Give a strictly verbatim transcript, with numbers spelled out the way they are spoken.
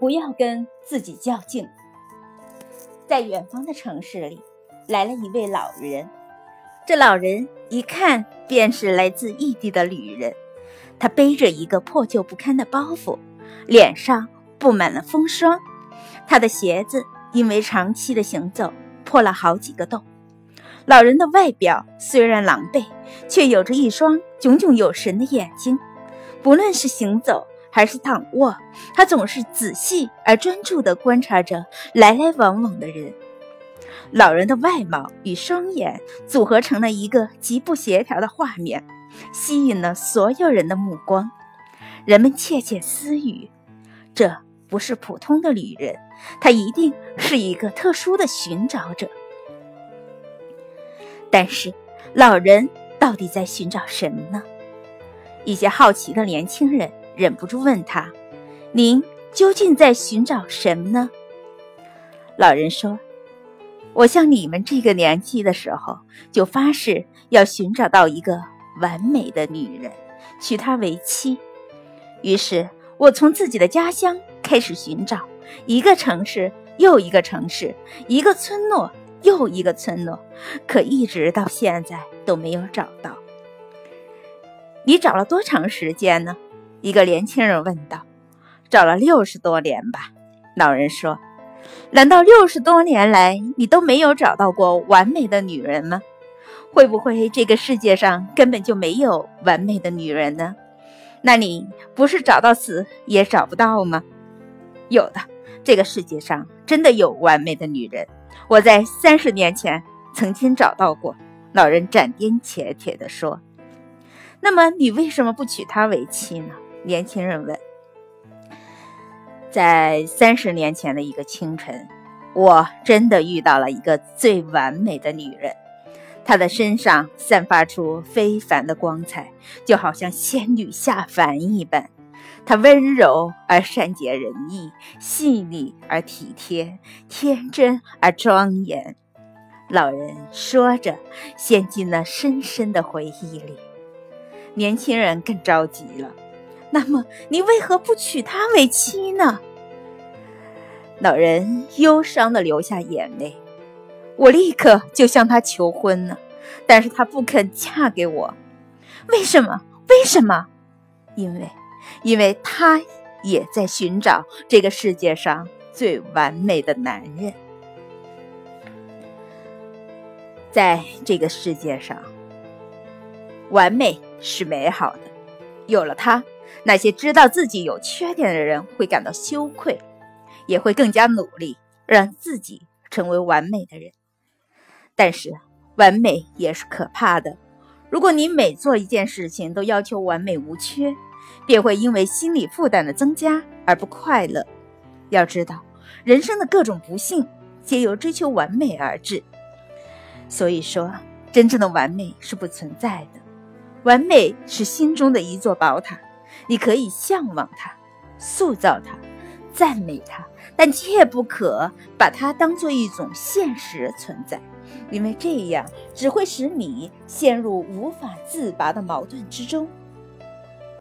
不要跟自己较劲。在远方的城市里，来了一位老人。这老人一看便是来自异地的旅人，他背着一个破旧不堪的包袱，脸上布满了风霜，他的鞋子因为长期的行走破了好几个洞。老人的外表虽然狼狈，却有着一双炯炯有神的眼睛，不论是行走还是躺卧，他总是仔细而专注地观察着来来往往的人。老人的外貌与双眼组合成了一个极不协调的画面，吸引了所有人的目光。人们窃窃私语，这不是普通的旅人，他一定是一个特殊的寻找者。但是老人到底在寻找什么呢？一些好奇的年轻人忍不住问他，您究竟在寻找什么呢？老人说，我像你们这个年纪的时候就发誓要寻找到一个完美的女人，娶她为妻。于是我从自己的家乡开始寻找，一个城市又一个城市，一个村落又一个村落，可一直到现在都没有找到。你找了多长时间呢？一个年轻人问道。找了六十多年吧，老人说。难道六十多年来你都没有找到过完美的女人吗？会不会这个世界上根本就没有完美的女人呢？那你不是找到死也找不到吗？有的，这个世界上真的有完美的女人，我在三十年前曾经找到过。老人斩钉截铁地说。那么你为什么不娶她为妻呢？年轻人问。在三十年前的一个清晨，我真的遇到了一个最完美的女人，她的身上散发出非凡的光彩，就好像仙女下凡一般。她温柔而善解人意，细腻而体贴，天真而庄严。老人说着，陷进了深深的回忆里。年轻人更着急了，那么你为何不娶她为妻呢？老人忧伤地流下眼泪。我立刻就向她求婚了，但是她不肯嫁给我。为什么？为什么？因为，因为她也在寻找这个世界上最完美的男人。在这个世界上，完美是美好的，有了它，那些知道自己有缺点的人会感到羞愧，也会更加努力让自己成为完美的人。但是完美也是可怕的，如果你每做一件事情都要求完美无缺，便会因为心理负担的增加而不快乐。要知道，人生的各种不幸皆由追求完美而至，所以说真正的完美是不存在的。完美是心中的一座宝塔，你可以向往它，塑造它，赞美它，但切不可把它当作一种现实存在，因为这样只会使你陷入无法自拔的矛盾之中。